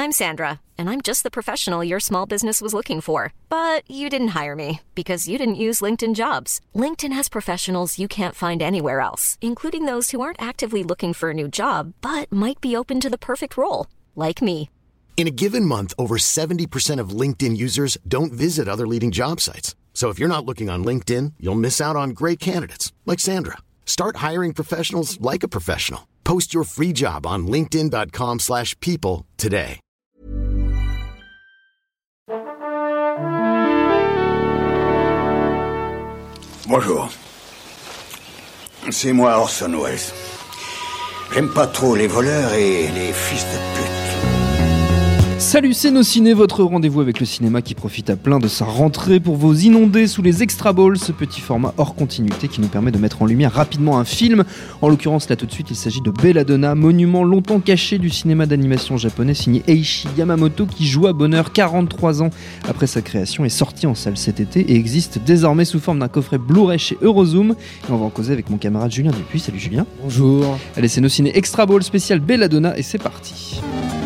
I'm Sandra, and I'm just the professional your small business was looking for. But you didn't hire me because you didn't use LinkedIn Jobs. LinkedIn has professionals you can't find anywhere else, including those who aren't actively looking for a new job, but might be open to the perfect role, like me. In a given month, over 70% of LinkedIn users don't visit other leading job sites. So if you're not looking on LinkedIn, you'll miss out on great candidates like Sandra. Start hiring professionals like a professional. Post your free job on linkedin.com/people today. Bonjour. C'est moi Orson Welles. J'aime pas trop les voleurs et les fils de pute. Salut, c'est Nos Ciné, votre rendez-vous avec le cinéma qui profite à plein de sa rentrée pour vous inonder sous les Extra Balls, ce petit format hors continuité qui nous permet de mettre en lumière rapidement un film. En l'occurrence, là tout de suite, il s'agit de Belladonna, monument longtemps caché du cinéma d'animation japonais signé Eiichi Yamamoto qui joue à bonheur 43 ans après sa création, est sorti en salle cet été et existe désormais sous forme d'un coffret Blu-ray chez Eurozoom. Et on va en causer avec mon camarade Julien Dupuis. Salut Julien. Bonjour. Allez, c'est Nos Ciné Extra Ball spécial Belladonna et c'est parti.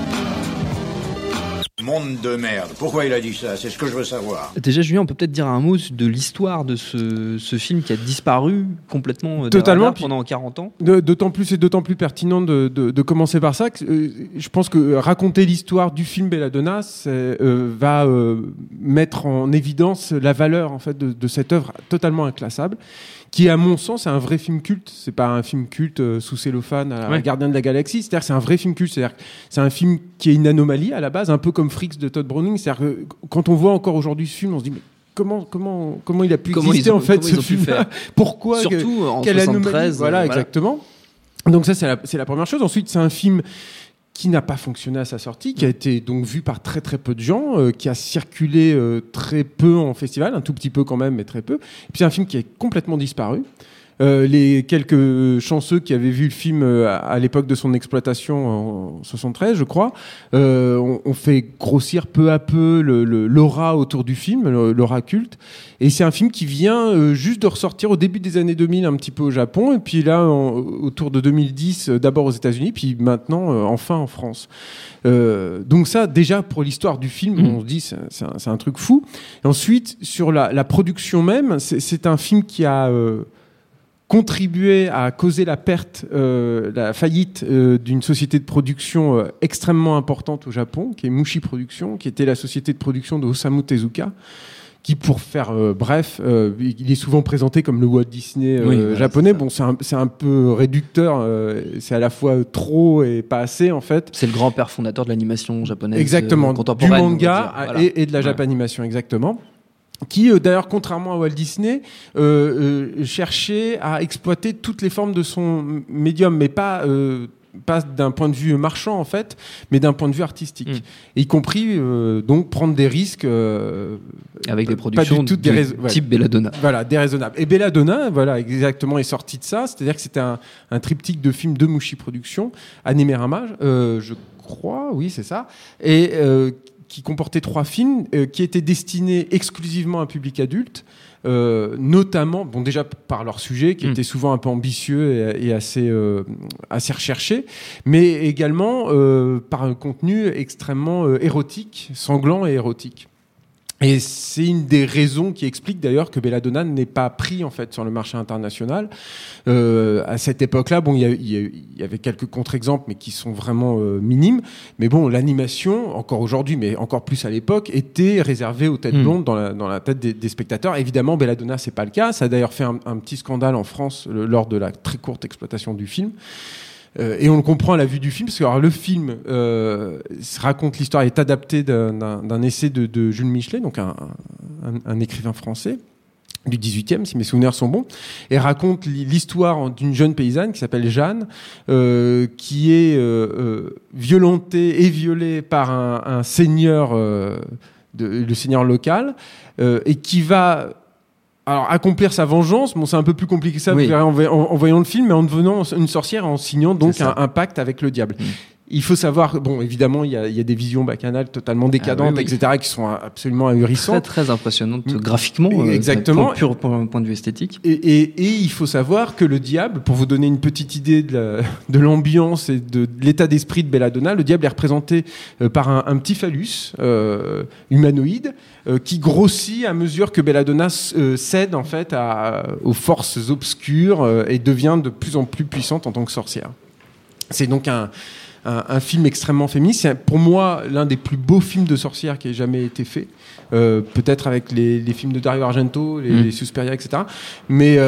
Monde de merde. Pourquoi il a dit ça? C'est ce que je veux savoir. Déjà, Julien, on peut peut-être dire un mot de l'histoire de ce film qui a disparu complètement totalement pendant 40 ans. D'autant plus pertinent de commencer par ça. Je pense que raconter l'histoire du film Belladonna va mettre en évidence la valeur en fait de cette œuvre totalement inclassable, qui, à mon sens, est un vrai film culte. C'est pas un film culte sous cellophane à la Gardien de la Galaxie. C'est-à-dire que c'est un vrai film culte. C'est-à-dire que c'est un film qui est une anomalie à la base, un peu comme Freaks de Todd Browning. C'est-à-dire que quand on voit encore aujourd'hui ce film, on se dit mais comment il a pu exister en fait ce film? Pourquoi? Surtout en quelle 73. Anomalie voilà, exactement. Donc ça, c'est la première chose. Ensuite, c'est un film qui n'a pas fonctionné à sa sortie, qui a été donc vu par très très peu de gens, qui a circulé très peu en festival, un tout petit peu quand même, mais très peu. Et puis c'est un film qui est complètement disparu. Les quelques chanceux qui avaient vu le film à l'époque de son exploitation en 73, je crois, ont fait grossir peu à peu l'aura autour du film, l'aura culte. Et c'est un film qui vient juste de ressortir au début des années 2000, un petit peu au Japon, et puis là, autour de 2010, d'abord aux États-Unis, puis maintenant, enfin en France. Donc ça, déjà, pour l'histoire du film, on se dit c'est un truc fou. Et ensuite, sur la production même, c'est un film qui a contribué à causer la faillite d'une société de production extrêmement importante au Japon, qui est Mushi Production, qui était la société de production de Osamu Tezuka, qui, pour faire bref, il est souvent présenté comme le Walt Disney japonais. Bon, c'est un peu réducteur, c'est à la fois trop et pas assez, en fait. C'est le grand-père fondateur de l'animation japonaise exactement, contemporaine. Du manga et de la japanimation, exactement. Qui, d'ailleurs, contrairement à Walt Disney, cherchait à exploiter toutes les formes de son médium, mais pas d'un point de vue marchand, en fait, mais d'un point de vue artistique. Y compris, donc, prendre des risques... avec des productions type Belladonna. Voilà, déraisonnables. Et Belladonna, voilà, exactement, est sorti de ça. C'est-à-dire que c'était un triptyque de films de Mushi Production, Animérama, je crois, oui, c'est ça. Et... qui comportait 3 films qui étaient destinés exclusivement à un public adulte, notamment, bon, déjà par leur sujet, qui était souvent un peu ambitieux et assez recherché, mais également par un contenu extrêmement érotique, sanglant et érotique. Et c'est une des raisons qui explique d'ailleurs que Belladonna n'est pas pris en fait sur le marché international. À cette époque-là, bon, il y avait quelques contre-exemples, mais qui sont vraiment minimes. Mais bon, l'animation, encore aujourd'hui, mais encore plus à l'époque, était réservée aux têtes blondes dans la tête des spectateurs. Évidemment, Belladonna, c'est pas le cas. Ça a d'ailleurs fait un petit scandale en France lors de la très courte exploitation du film. Et on le comprend à la vue du film, parce que alors, le film raconte l'histoire, est adapté d'un essai de Jules Michelet, donc un écrivain français du 18e, si mes souvenirs sont bons, et raconte l'histoire d'une jeune paysanne qui s'appelle Jeanne, qui est violentée et violée par un seigneur, le seigneur local, et qui va... Alors, accomplir sa vengeance, bon, c'est un peu plus compliqué que ça, vous verrez en voyant le film, mais en devenant une sorcière, en signant donc un pacte avec le diable. Il faut savoir, bon, évidemment, il y a des visions bacchanales totalement décadentes, etc., qui sont absolument ahurissantes. Très impressionnantes graphiquement. Exactement. Pour un point de vue esthétique. Et il faut savoir que le diable, pour vous donner une petite idée de l'ambiance et de l'état d'esprit de Belladonna, le diable est représenté par un petit phallus humanoïde qui grossit à mesure que Belladonna cède en fait aux forces obscures et devient de plus en plus puissante en tant que sorcière. C'est donc un film extrêmement féministe. C'est pour moi l'un des plus beaux films de sorcières qui ait jamais été fait. Peut-être avec les films de Dario Argento, les Suspiria, etc. Mais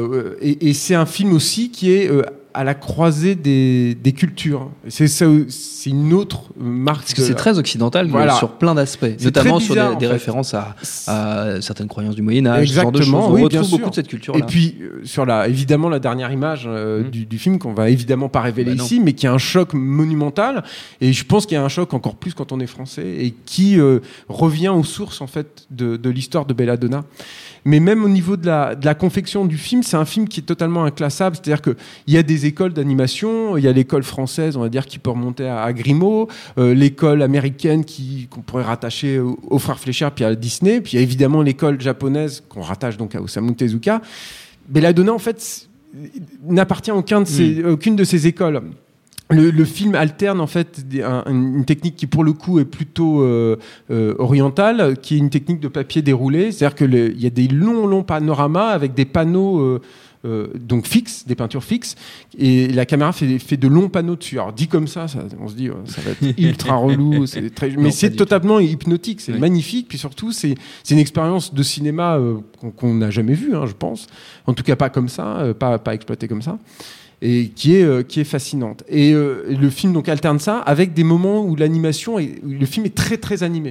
et c'est un film aussi qui est à la croisée des cultures. C'est une autre marque. Parce que c'est très occidental sur plein d'aspects, notamment sur des références à certaines croyances du Moyen-Âge, ce genre de choses. On retrouve beaucoup de cette culture-là. Et puis, évidemment, la dernière image du film, qu'on va évidemment pas révéler ici, mais qui est un choc monumental. Et je pense qu'il y a un choc encore plus quand on est français et qui revient aux sources, en fait, de l'histoire de Belladonna. Mais même au niveau de la confection du film, c'est un film qui est totalement inclassable. C'est-à-dire qu'il y a des écoles d'animation, il y a l'école française, on va dire, qui peut remonter à Grimaud, l'école américaine qu'on pourrait rattacher aux frères Fleischer puis à Disney, puis il y a évidemment l'école japonaise qu'on rattache donc à Osamu Tezuka. Belladonna, en fait, n'appartient à aucune de ces écoles. Le film alterne en fait une technique qui pour le coup est plutôt orientale, qui est une technique de papier déroulé, c'est-à-dire qu'il y a des longs panoramas avec des panneaux donc fixes, des peintures fixes, et la caméra fait de longs panneaux dessus. Alors dit comme ça on se dit ça va être ultra relou, mais c'est totalement hypnotique, c'est magnifique, puis surtout c'est une expérience de cinéma qu'on n'a jamais vue, je pense, en tout cas pas comme ça, pas exploitée comme ça. Et qui est fascinante. Et le film donc alterne ça avec des moments où le film est très très animé.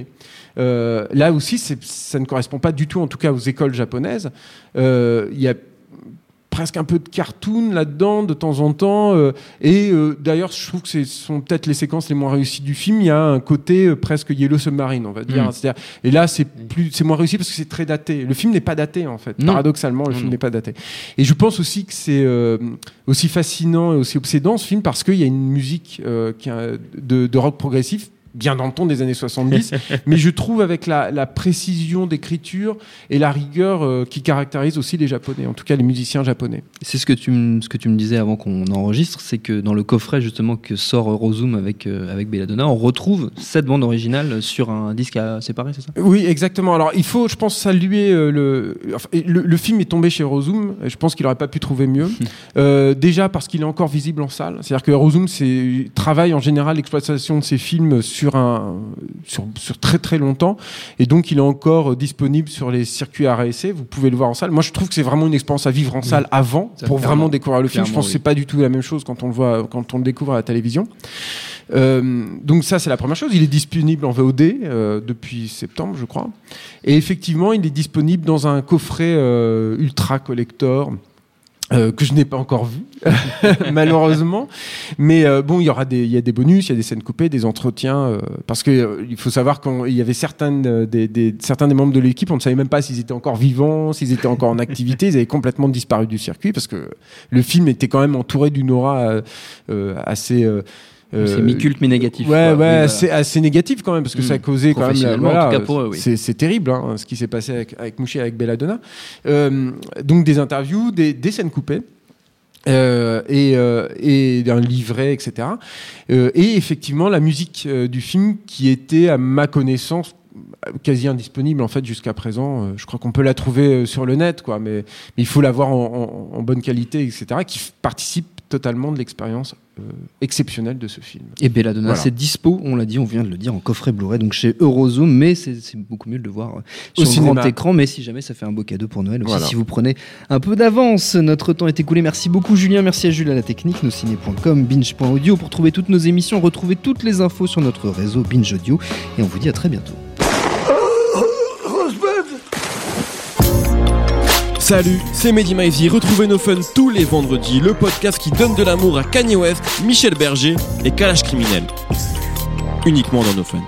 Là aussi, ça ne correspond pas du tout, en tout cas aux écoles japonaises. Il y a presque un peu de cartoon là-dedans de temps en temps, et d'ailleurs je trouve que ce sont peut-être les séquences les moins réussies du film. Il y a un côté presque Yellow Submarine, on va dire. C'est-à-dire, et là c'est moins réussi parce que c'est très daté. Le film n'est pas daté en fait. Paradoxalement, le film n'est pas daté. Et je pense aussi que c'est aussi fascinant et aussi obsédant ce film parce qu'il y a une musique de rock progressif bien dans le ton des années 70, mais je trouve avec la précision d'écriture et la rigueur qui caractérise aussi les Japonais, en tout cas les musiciens japonais. C'est ce que tu me disais avant qu'on enregistre, c'est que dans le coffret justement que sort Eurozoom avec Belladonna, on retrouve cette bande originale sur un disque à séparer, c'est ça ? Oui, exactement. Alors il faut, je pense, saluer le film est tombé chez Eurozoom, je pense qu'il n'aurait pas pu trouver mieux. Déjà parce qu'il est encore visible en salle, c'est-à-dire que Eurozoom travaille en général l'exploitation de ses films sur très très longtemps, et donc il est encore disponible sur les circuits RSC. Vous pouvez le voir en salle. Moi je trouve que c'est vraiment une expérience à vivre en salle avant, pour vraiment découvrir le film. Je pense que c'est pas du tout la même chose quand on le découvre à la télévision. Donc ça c'est la première chose. Il est disponible en VOD depuis septembre je crois, et effectivement il est disponible dans un coffret ultra collector que je n'ai pas encore vu malheureusement, mais bon il y a des bonus, il y a des scènes coupées, des entretiens, parce que il faut savoir qu'il y avait certains des membres de l'équipe, on ne savait même pas s'ils étaient encore vivants, s'ils étaient encore en activité, ils avaient complètement disparu du circuit parce que le film était quand même entouré d'une aura assez c'est mi-culte mi-négatif. Ouais, c'est assez négatif quand même parce que ça a causé quand même. En tout cas pour eux, oui. C'est terrible ce qui s'est passé avec Mouchi et avec Belladonna. Donc des interviews, des scènes coupées. Et un livret, etc. Et effectivement, la musique du film qui était, à ma connaissance, quasi indisponible en fait jusqu'à présent. Je crois qu'on peut la trouver sur le net, quoi, mais il faut l'avoir en bonne qualité, etc. Qui participe totalement de l'expérience exceptionnelle de ce film. Et Belladonna, c'est dispo, on l'a dit, on vient de le dire, en coffret Blu-ray, donc chez Eurozoom, mais c'est beaucoup mieux de le voir sur le grand écran, mais si jamais ça fait un beau cadeau pour Noël aussi, si vous prenez un peu d'avance. Notre temps est écoulé, merci beaucoup Julien, merci à Jules à la technique, nosciné.com, binge.audio, pour trouver toutes nos émissions, retrouver toutes les infos sur notre réseau Binge Audio, et on vous dit à très bientôt. Salut, c'est Mehdi Maizy. Retrouvez No Fun tous les vendredis, le podcast qui donne de l'amour à Kanye West, Michel Berger et Kalash Criminel. Uniquement dans No Fun.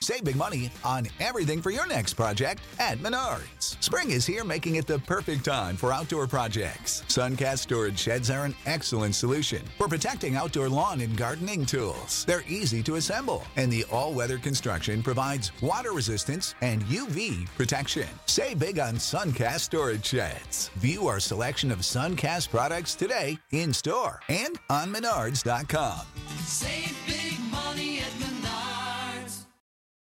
Save big money on everything for your next project at Menards. Spring is here, making it the perfect time for outdoor projects. Suncast storage sheds are an excellent solution for protecting outdoor lawn and gardening tools. They're easy to assemble, and the all-weather construction provides water resistance and UV protection. Save big on Suncast storage sheds. View our selection of Suncast products today in store and on Menards.com. Save big